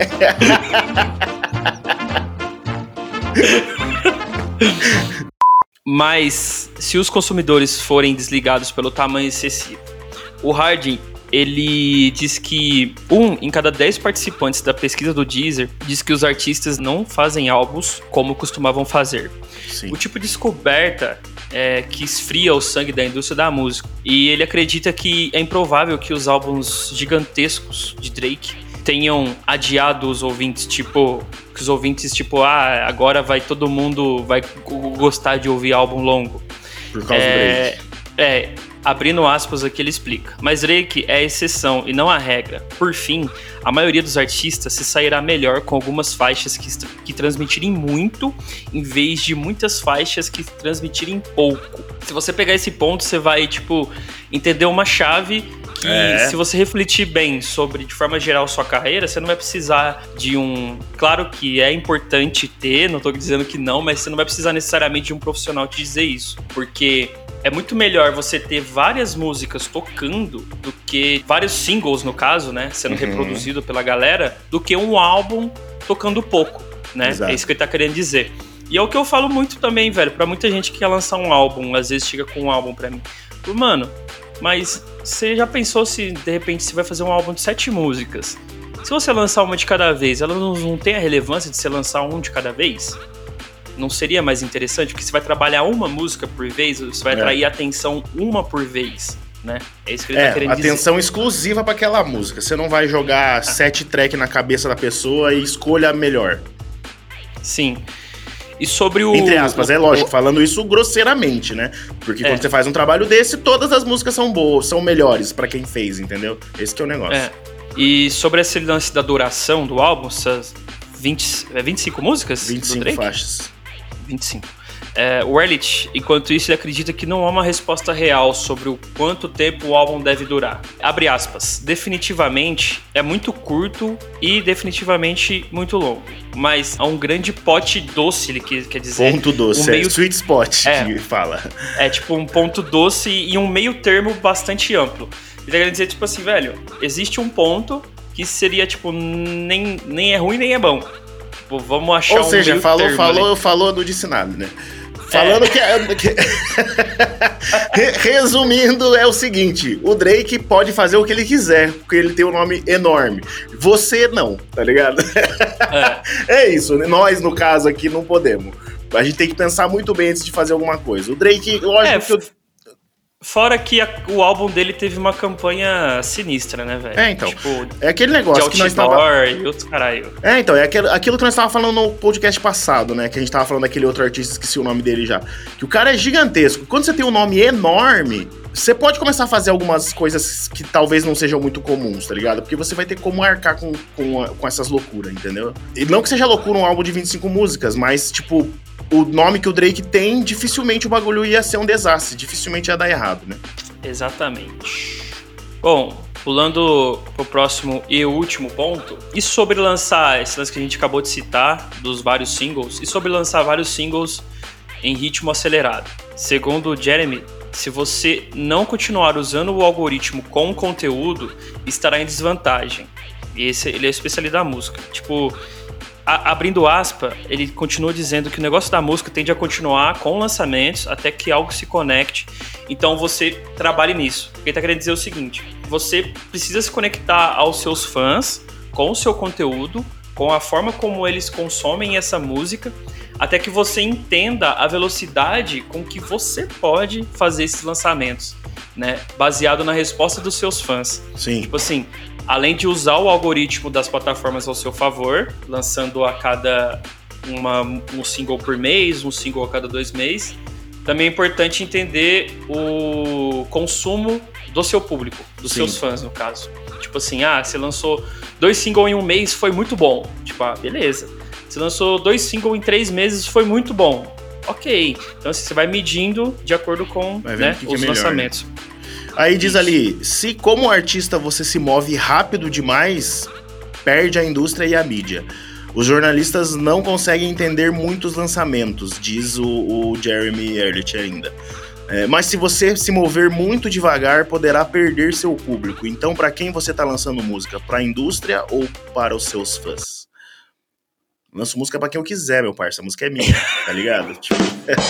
Mas, se os consumidores forem desligados pelo tamanho excessivo, o Harding, ele diz que um em cada dez participantes da pesquisa do Deezer diz que os artistas não fazem álbuns como costumavam fazer. Sim. O tipo de descoberta é que esfria o sangue da indústria da música. E ele acredita que é improvável que os álbuns gigantescos de Drake tenham adiado os ouvintes, tipo, que os ouvintes, tipo, ah, agora vai todo mundo vai gostar de ouvir álbum longo. Por causa é, do Drake. É, abrindo aspas aqui, ele explica. Mas Drake é a exceção e não a regra. Por fim, a maioria dos artistas se sairá melhor com algumas faixas que, que transmitirem muito, em vez de muitas faixas que transmitirem pouco. Se você pegar esse ponto, você vai, tipo, entender uma chave que, é. se você refletir bem sobre, de forma geral, sua carreira, você não vai precisar de um... Claro que é importante ter, não tô dizendo que não, mas você não vai precisar necessariamente de um profissional te dizer isso. Porque é muito melhor você ter várias músicas tocando do que... Vários singles, no caso, né? Sendo uhum. reproduzido pela galera, do que um álbum tocando pouco, né? Exato. É isso que ele tá querendo dizer. E é o que eu falo muito também, velho, pra muita gente que quer lançar um álbum, às vezes chega com um álbum pra mim. Mano, mas você já pensou se, de repente, você vai fazer um álbum de sete músicas? Se você lançar uma de cada vez, ela não, não tem a relevância de você lançar um de cada vez? Não seria mais interessante? Porque você vai trabalhar uma música por vez, você vai atrair é. atenção uma por vez, né? É isso que ele é, tá querendo dizer. Atenção exclusiva pra aquela música. Você não vai jogar ah. sete tracks na cabeça da pessoa e escolha a melhor. Sim. E sobre o... Entre aspas, o, é lógico, o, falando isso grosseiramente, né? Porque é. quando você faz um trabalho desse, todas as músicas são boas, são melhores pra quem fez, entendeu? Esse que é o negócio. É. E sobre esse lance da duração do álbum, essas vinte, vinte e cinco músicas? vinte e cinco do Drake? faixas. vinte e cinco. É, o Erlich, enquanto isso, ele acredita que não há uma resposta real sobre o quanto tempo o álbum deve durar. Abre aspas. Definitivamente é muito curto e definitivamente muito longo. Mas há um grande pote doce, ele quer dizer. Ponto doce, um meio... é sweet spot é, que fala. É tipo um ponto doce e um meio termo bastante amplo. Ele quer dizer, tipo assim, velho, existe um ponto que seria, tipo, nem, nem é ruim nem é bom. Tipo, vamos achar Ou um seja, meio falou, termo falou, ali. falou, não disse nada, né? Falando é. que, é, que... Resumindo, é o seguinte: o Drake pode fazer o que ele quiser, porque ele tem um nome enorme. Você não, tá ligado? É, é isso, nós, no caso aqui, não podemos. A gente tem que pensar muito bem antes de fazer alguma coisa. O Drake, lógico é, que eu... Fora que a, o álbum dele teve uma campanha sinistra, né, velho? É, então. Tipo, é aquele negócio que nós tava... e outros caralho. É, então. É aquilo, aquilo que nós tava falando no podcast passado, né? Que a gente tava falando daquele outro artista, esqueci o nome dele já. Que o cara é gigantesco. Quando você tem um nome enorme, você pode começar a fazer algumas coisas que talvez não sejam muito comuns, tá ligado? Porque você vai ter como arcar com, com, com essas loucuras, entendeu? E não que seja loucura um álbum de vinte e cinco músicas, mas, tipo... O nome que o Drake tem, dificilmente o bagulho ia ser um desastre. Dificilmente ia dar errado, né? Exatamente. Bom, pulando pro próximo e último ponto. E sobre lançar, esse lance que a gente acabou de citar, dos vários singles. E sobre lançar vários singles em ritmo acelerado. Segundo o Jeremy, se você não continuar usando o algoritmo com conteúdo, estará em desvantagem. E esse, ele é o especialista da música. Tipo, a, abrindo aspa, ele continua dizendo que o negócio da música tende a continuar com lançamentos até que algo se conecte. Então você trabalhe nisso. Ele tá querendo dizer o seguinte: você precisa se conectar aos seus fãs com o seu conteúdo, com a forma como eles consomem essa música, até que você entenda a velocidade com que você pode fazer esses lançamentos, né? Baseado na resposta dos seus fãs. Sim. Tipo assim, além de usar o algoritmo das plataformas ao seu favor, lançando a cada uma, um single por mês, um single a cada dois meses, também é importante entender o consumo do seu público, dos Sim. seus fãs, no caso. Tipo assim, ah, você lançou dois singles em um mês, foi muito bom. Tipo, ah, beleza. Você lançou dois singles em três meses, foi muito bom. Ok. Então assim, você vai medindo de acordo com, né, que que os é melhor, lançamentos. Né? Aí diz ali, se como artista você se move rápido demais, perde a indústria e a mídia. Os jornalistas não conseguem entender muitos lançamentos, diz o, o Jeremy Ehrlich ainda. É, mas se você se mover muito devagar, poderá perder seu público. Então, para quem você tá lançando música? Para a indústria ou para os seus fãs? Lanço música para quem eu quiser, meu parça. A música é minha, tá ligado? Tipo...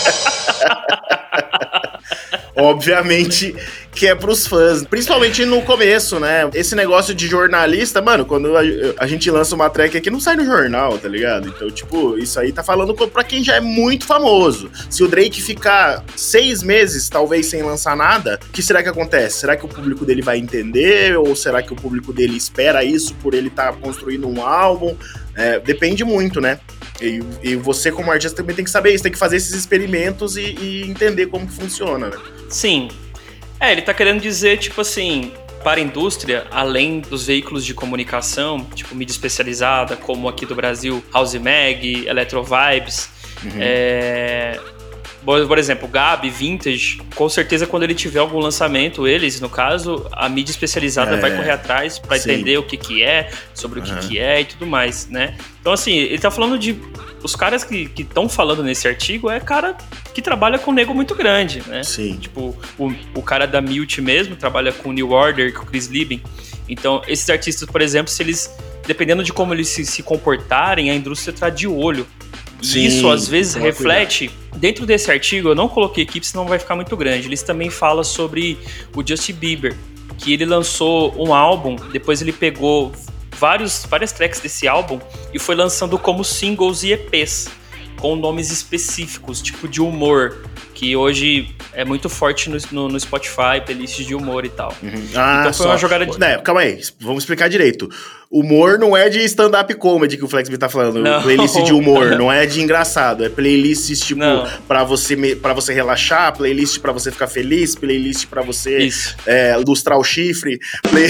Obviamente que é pros fãs, principalmente no começo, né? Esse negócio de jornalista, mano, quando a, a gente lança uma track aqui, não sai no jornal, tá ligado? Então, tipo, isso aí tá falando pra quem já é muito famoso. Se o Drake ficar seis meses, talvez, sem lançar nada, o que será que acontece? Será que o público dele vai entender? Ou será que o público dele espera isso por ele estar tá construindo um álbum? É, depende muito, né? E, e você, como artista, também tem que saber isso, tem que fazer esses experimentos e, e entender como que funciona, né? Sim. É, ele tá querendo dizer, tipo assim, para a indústria, além dos veículos de comunicação, tipo mídia especializada, como aqui do Brasil, House Mag, Electro Vibes, uhum. é... Por exemplo, Gabi, Vintage, com certeza quando ele tiver algum lançamento, eles, no caso, a mídia especializada é, vai correr atrás para entender o que que é, sobre uhum. o que que é e tudo mais, né? Então, assim, ele tá falando de... Os caras que estão falando nesse artigo é cara que trabalha com um nego muito grande, né? Sim. Tipo, o, o cara da Mute mesmo trabalha com o New Order, com o Chris Lieben. Então, esses artistas, por exemplo, se eles... Dependendo de como eles se, se comportarem, a indústria tá de olho. Sim, e isso, às vezes, reflete... Cuidado. Dentro desse artigo, eu não coloquei equipe, senão vai ficar muito grande. Eles também falam sobre o Justin Bieber, que ele lançou um álbum, depois ele pegou vários, várias tracks desse álbum e foi lançando como singles e E Pês, com nomes específicos, tipo de humor, que hoje é muito forte no, no, no Spotify, playlists de humor e tal. Uhum. Ah, então foi só. uma jogada de... Não, calma aí, vamos explicar direito. Humor não é de stand-up comedy que o Flex me tá falando, não. Playlist de humor, não é de engaçado, é playlists tipo pra você, pra você relaxar, playlist pra você ficar feliz, playlist pra você é, lustrar o chifre, play...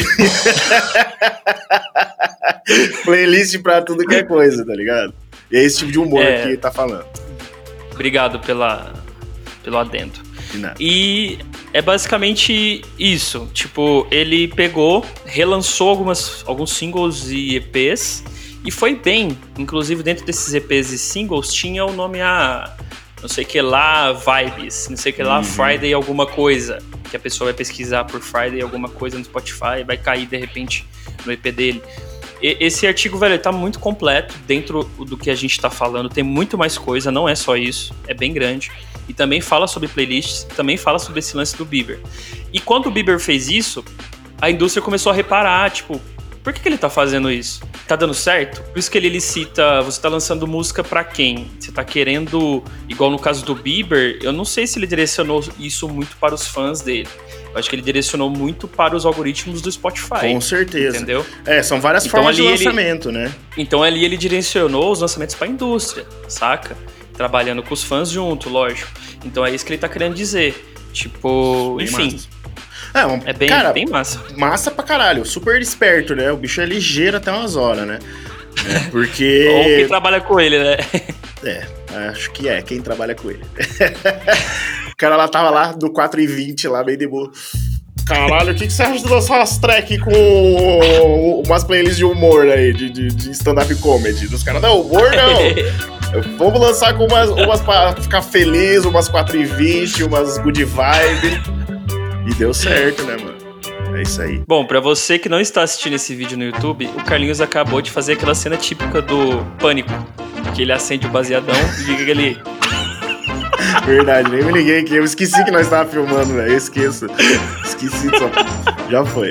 playlist pra tudo que é coisa, tá ligado? E é esse tipo de humor é... que tá falando. Obrigado pela, pelo adendo. E é basicamente isso. Tipo, ele pegou, relançou algumas, alguns singles e E Pês e foi bem. Inclusive, dentro desses E Pês e singles tinha o nome a não sei que lá Vibes, não sei que lá uhum. Friday alguma coisa. Que a pessoa vai pesquisar por Friday alguma coisa no Spotify e vai cair de repente no E P dele. E, esse artigo, velho, tá muito completo dentro do que a gente tá falando. Tem muito mais coisa, não é só isso. É bem grande. E também fala sobre playlists, também fala sobre esse lance do Bieber. E quando o Bieber fez isso, a indústria começou a reparar, tipo, por que, que ele tá fazendo isso? Tá dando certo? Por isso que ele, ele cita, você tá lançando música pra quem? Você tá querendo, igual no caso do Bieber, eu não sei se ele direcionou isso muito para os fãs dele. Eu acho que ele direcionou muito para os algoritmos do Spotify. Com certeza. Entendeu? É, são várias então, formas de ele, lançamento, né? Então ali ele direcionou os lançamentos pra indústria, saca? Trabalhando com os fãs junto, lógico. Então é isso que ele tá querendo dizer. Tipo, bem enfim. Massa. É, um, é bem, cara, bem massa. Massa pra caralho. Super esperto, né? O bicho é ligeiro até umas horas, né? É, porque... Ou quem trabalha com ele, né? É, acho que é. Quem trabalha com ele. O cara lá tava lá do quatro e vinte, lá bem de boa. Caralho, o que, que você acha de lançar umas track com umas playlists de humor aí, de, de, de stand-up comedy? Dos caras, não, humor não. Vamos lançar com umas, umas pra ficar feliz, umas quatro e vinte, umas good vibe. E deu certo, né, mano? É isso aí. Bom, pra você que não está assistindo esse vídeo no YouTube, o Carlinhos acabou de fazer aquela cena típica do Pânico, que ele acende o baseadão e fica aquele... Verdade, nem me liguei aqui. Eu esqueci que nós estávamos filmando, velho. Eu esqueço. Esqueci só. Já foi.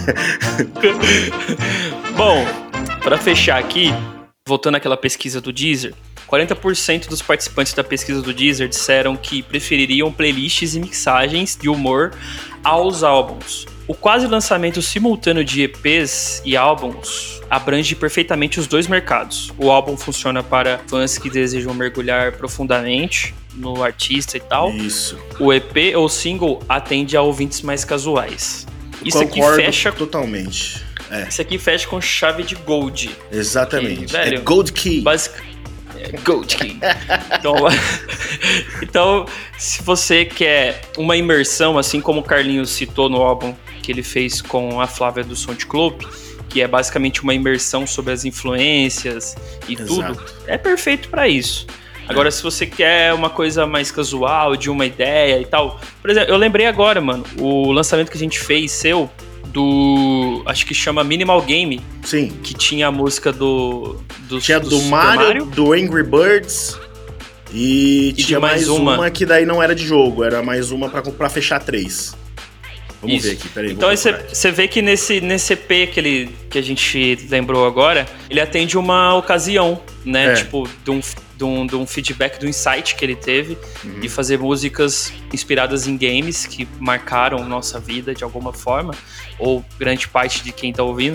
Bom, pra fechar aqui, voltando àquela pesquisa do Deezer, quarenta por cento dos participantes da pesquisa do Deezer disseram que prefeririam playlists e mixagens de humor aos álbuns. O quase lançamento simultâneo de E Pês e álbuns abrange perfeitamente os dois mercados. O álbum funciona para fãs que desejam mergulhar profundamente no artista e tal. Isso. O E P ou single atende a ouvintes mais casuais. Isso Concordo aqui fecha totalmente. É. Isso aqui fecha com chave de gold. Exatamente. Que, velho, é Gold Key. Basic... É Gold Key. então, então, se você quer uma imersão, assim como o Carlinhos citou no álbum que ele fez com a Flávia do Soundclub, que é basicamente uma imersão sobre as influências e Exato. tudo, é perfeito pra isso. Agora, se você quer uma coisa mais casual, de uma ideia e tal... Por exemplo, eu lembrei agora, mano, o lançamento que a gente fez, seu, do... Acho que chama Minimal Game. Sim. Que tinha a música do... do tinha do, do Mario, Mario, do Angry Birds e, e tinha mais, mais uma. uma que daí não era de jogo, era mais uma pra, pra fechar três. Vamos Isso. ver aqui, peraí. Então você vê que nesse, nesse E P que, ele, que a gente lembrou agora, ele atende uma ocasião, né? É. Tipo, de um, de, um, de um feedback, do insight que ele teve, uhum. de fazer músicas inspiradas em games que marcaram nossa vida de alguma forma, ou grande parte de quem tá ouvindo.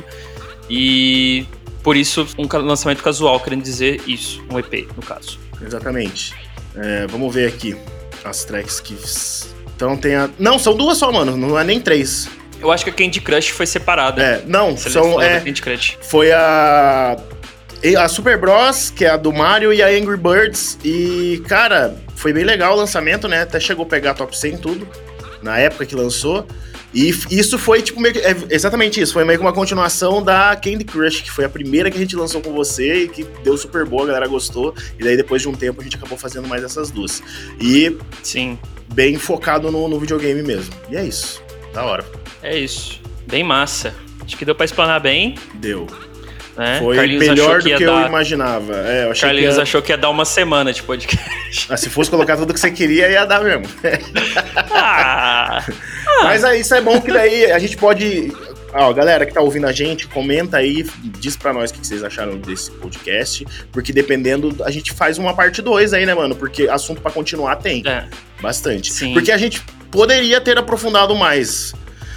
E por isso, um lançamento casual, querendo dizer isso, um E P, no caso. Exatamente. É, vamos ver aqui as tracks que... Então tem a... Não, são duas só, mano. Não é nem três. Eu acho que a Candy Crush foi separada. É, não, são... É, Candy Crush. Foi a... A Super Bros, que é a do Mario, e a Angry Birds. E, cara, foi bem legal o lançamento, né? Até chegou a pegar top cem e tudo, na época que lançou. E isso foi, tipo, meio que... É exatamente isso. Foi meio que uma continuação da Candy Crush, que foi a primeira que a gente lançou com você e que deu super boa, a galera gostou. E daí, depois de um tempo, a gente acabou fazendo mais essas duas. E... Sim. Bem focado no, no videogame mesmo. E é isso. Da hora. É isso. Bem massa. Acho que deu pra explanar bem. Deu. Né? Foi Carlinhos melhor do que, que dar... eu imaginava. É, eu achei Carlinhos que ia... achou que ia dar uma semana de podcast. Ah, se fosse colocar tudo que você queria, ia dar mesmo. ah. Mas aí, isso é bom que daí a gente pode... Ó, galera que tá ouvindo a gente, comenta aí, diz pra nós o que vocês acharam desse podcast, porque dependendo, a gente faz uma parte dois aí, né, mano? Porque assunto pra continuar tem. É. Bastante. Sim. Porque a gente poderia ter aprofundado mais,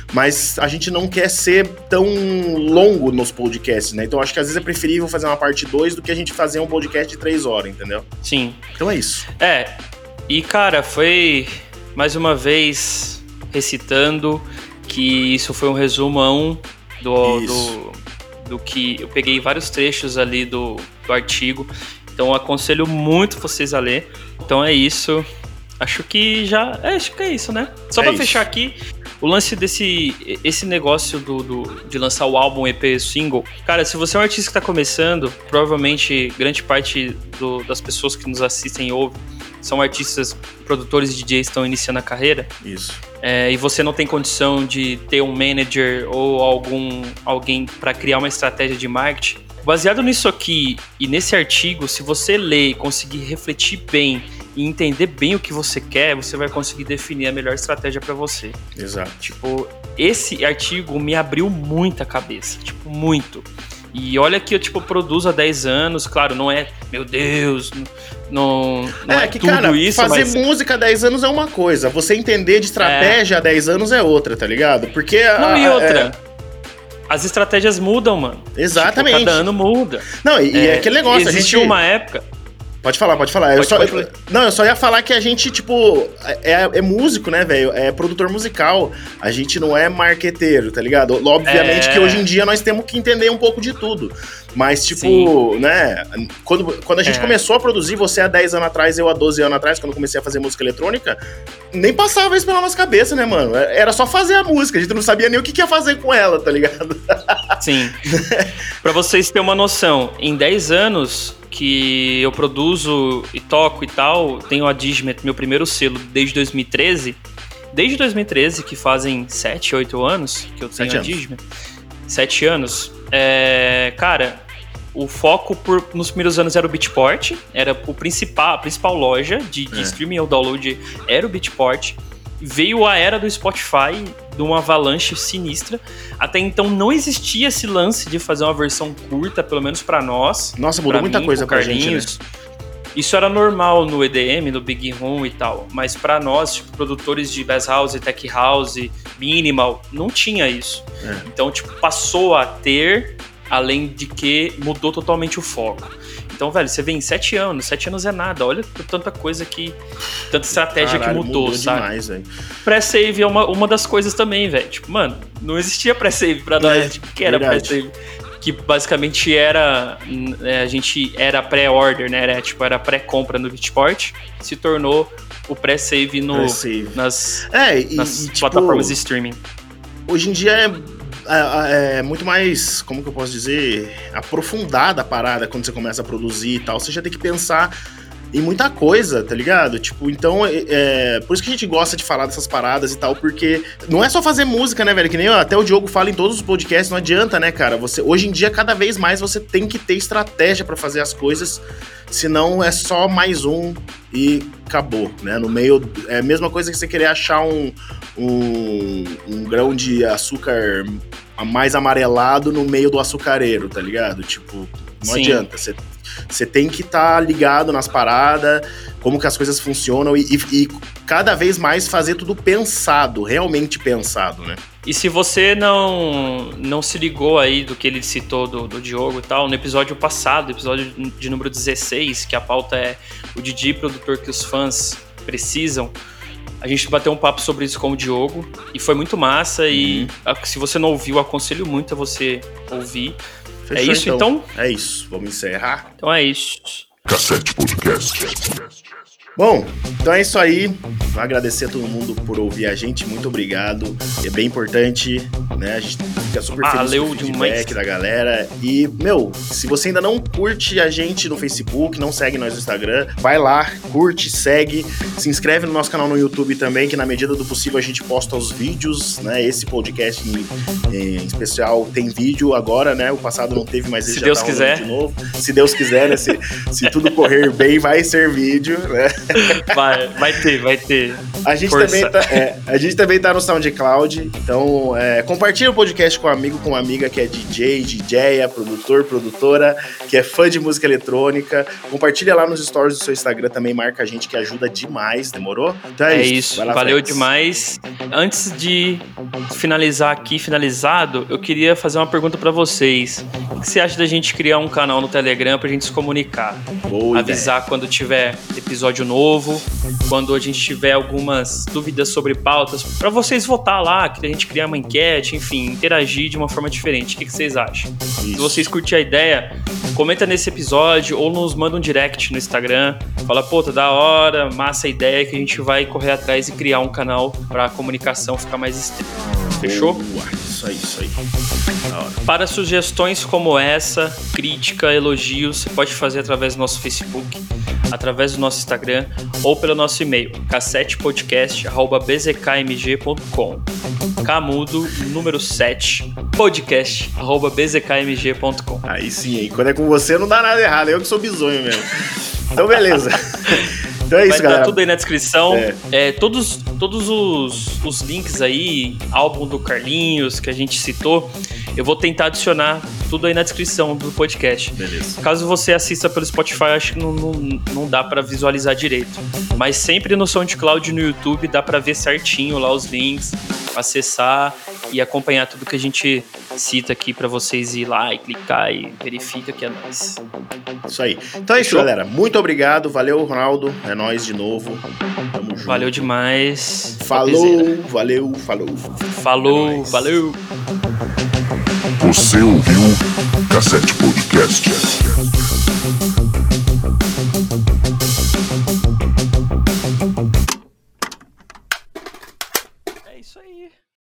mas a gente não quer ser tão longo nos podcasts, né? Então acho que às vezes é preferível fazer uma parte dois do que a gente fazer um podcast de três horas, entendeu? Sim. Então é isso. É, e cara, foi mais uma vez recitando que isso foi um resumão do, do, do que... Eu peguei vários trechos ali do, do artigo, então aconselho muito vocês a ler. Então é isso. Acho que já... É, acho que é isso, né? Só é pra isso. Fechar aqui, o lance desse esse negócio do, do, de lançar o álbum, E P, single. Cara, se você é um artista que tá começando, provavelmente grande parte do, das pessoas que nos assistem e ouvem são artistas, produtores e D Js que estão iniciando a carreira. Isso. É, e você não tem condição de ter um manager ou algum, alguém para criar uma estratégia de marketing. Baseado nisso aqui e nesse artigo, se você ler e conseguir refletir bem e entender bem o que você quer, você vai conseguir definir a melhor estratégia para você. Exato. Tipo, esse artigo me abriu muita cabeça, tipo, muito. E olha que eu, tipo, produzo há dez anos, claro, não é, meu Deus, não, não é, é que, tudo cara, isso, fazer mas... música há dez anos é uma coisa, você entender de estratégia é. há dez anos é outra, tá ligado? Porque... Não, a, e outra... É... As estratégias mudam, mano. Exatamente. Tipo, cada ano muda. Não, e é, é aquele negócio, a gente... Existiu uma época... Pode falar, pode falar. Pode, eu só, pode falar. Não, eu só ia falar que a gente, tipo, é, é músico, né, velho? É produtor musical. A gente não é marqueteiro, tá ligado? Obviamente é... que hoje em dia nós temos que entender um pouco de tudo. Mas, tipo, Sim. né? Quando, quando a gente é. começou a produzir, você há dez anos atrás, eu há doze anos atrás, quando comecei a fazer música eletrônica, nem passava isso pela nossa cabeça, né, mano? Era só fazer a música, a gente não sabia nem o que ia fazer com ela, tá ligado? Sim. Pra vocês terem uma noção, em dez anos... que eu produzo e toco e tal, tenho a Digimon, meu primeiro selo, desde dois mil e treze. Desde dois mil e treze, que fazem sete, oito anos que eu tenho Sete a anos. Digimon. sete anos. É, cara, o foco por, nos primeiros anos era o Beatport, era o principal, a principal loja de, de É. streaming ou download era o Beatport. Veio a era do Spotify, de uma avalanche sinistra. Até então não existia esse lance de fazer uma versão curta, pelo menos pra nós. Nossa, mudou pra muita mim, coisa pro pra gente, né? Carlinhos. Isso era normal no E D M, no Big Room e tal. Mas pra nós, tipo, produtores de Bass House, Tech House, Minimal, não tinha isso. É. Então, tipo, passou a ter, além de que mudou totalmente o foco. Então, velho, você vê em sete anos, sete anos é nada. Olha tanta coisa que, tanta estratégia Caralho, que mudou, mudou sabe? demais, velho. Pré-save é uma, uma das coisas também, velho. Tipo, mano, não existia pré-save pra nós. É, Tipo, o que era verdade. pré-save? Que basicamente era... é, a gente era pré-order, né? Era, tipo, era pré-compra no Beatport. Se tornou o pré-save no, Pré-save. nas, É, e, nas e, tipo, plataformas de streaming. hoje em dia é, é, é muito mais, como que eu posso dizer, aprofundada a parada quando você começa a produzir e tal. Você já tem que pensar em muita coisa, tá ligado? Tipo, então, é, é, por isso que a gente gosta de falar dessas paradas e tal, porque não é só fazer música, né, velho? Que nem até o Diogo fala em todos os podcasts, não adianta, né, cara? Você, hoje em dia, cada vez mais, você tem que ter estratégia pra fazer as coisas, senão é só mais um e acabou, né? No meio, é a mesma coisa que você querer achar um, um, um grão de açúcar mais amarelado no meio do açucareiro, tá ligado? Tipo, não Sim. adianta, você... Você tem que estar tá ligado nas paradas, como que as coisas funcionam e, e, e cada vez mais fazer tudo pensado, realmente pensado, né? E se você não, não se ligou aí do que ele citou do, do Diogo e tal, no episódio passado, episódio de número dezesseis, que a pauta é o D J produtor que os fãs precisam, a gente bateu um papo sobre isso com o Diogo e foi muito massa. Uhum. E se você não ouviu, aconselho muito a você ouvir. Fechou, é isso, então? então? É isso. Vamos encerrar? Então é isso. Cassete Podcast. Bom, então é isso aí. Vou agradecer a todo mundo por ouvir a gente. Muito obrigado. É bem importante, né? A gente fica super feliz Valeu com o feedback demais. da galera. E, meu, se você ainda não curte a gente no Facebook, não segue nós no Instagram, vai lá, curte, segue, se inscreve no nosso canal no YouTube também, que na medida do possível a gente posta os vídeos, né? Esse podcast em, em especial tem vídeo agora, né? O passado não teve, mas ele Se já Deus tá quiser. de novo. Se Deus quiser, né? Se, se tudo correr bem, vai ser vídeo, né? Vai, vai ter, vai ter. A gente, Força. também tá, é, a gente também tá no SoundCloud, então é, compartilha o podcast com um amigo, com uma amiga que é D J, D J, produtor, produtora, que é fã de música eletrônica. Compartilha lá nos stories do seu Instagram também, marca a gente que ajuda demais, demorou? Então é, É isso, isso, vai lá, valeu Flex. demais. Antes de finalizar aqui, finalizado, eu queria fazer uma pergunta pra vocês. O que você acha da gente criar um canal no Telegram pra gente se comunicar? Boa Avisar quando tiver episódio novo, quando a gente tiver algumas dúvidas sobre pautas, pra vocês votar lá, que a gente criar uma enquete, enfim, interagir de uma forma diferente. O que que vocês acham? Se Isso. vocês curtirem a ideia, comenta nesse episódio ou nos manda um direct no Instagram. Fala, pô, tá da hora, massa a ideia, que a gente vai correr atrás e criar um canal pra comunicação ficar mais estreita. Fechou? Boa, isso aí, isso aí. Da hora. Para sugestões como essa, crítica, elogios, você pode fazer através do nosso Facebook, através do nosso Instagram ou pelo nosso e-mail, cassetepodcast arroba b z k m g ponto com. Camudo, número sete, podcast arroba b z k m g ponto com. Aí sim, aí. Quando é com você não dá nada errado, eu que sou bizonho mesmo. Então beleza. Então é isso, Vai galera. estar tudo aí na descrição. É. É, todos todos os, os links aí, álbum do Carlinhos que a gente citou, eu vou tentar adicionar tudo aí na descrição do podcast. Beleza. Caso você assista pelo Spotify, acho que não, não, não dá pra visualizar direito. Mas sempre no SoundCloud e no YouTube dá pra ver certinho lá os links, acessar e acompanhar tudo que a gente cita aqui pra vocês ir lá e clicar e verifica que é nóis. Isso aí. Então é isso, Fechou? galera. Muito obrigado. Valeu, Ronaldo. É nóis de novo. Tamo junto. Valeu demais. Falou, valeu, falou. Falou, É nóis. valeu. Você ouviu Cassete Podcast.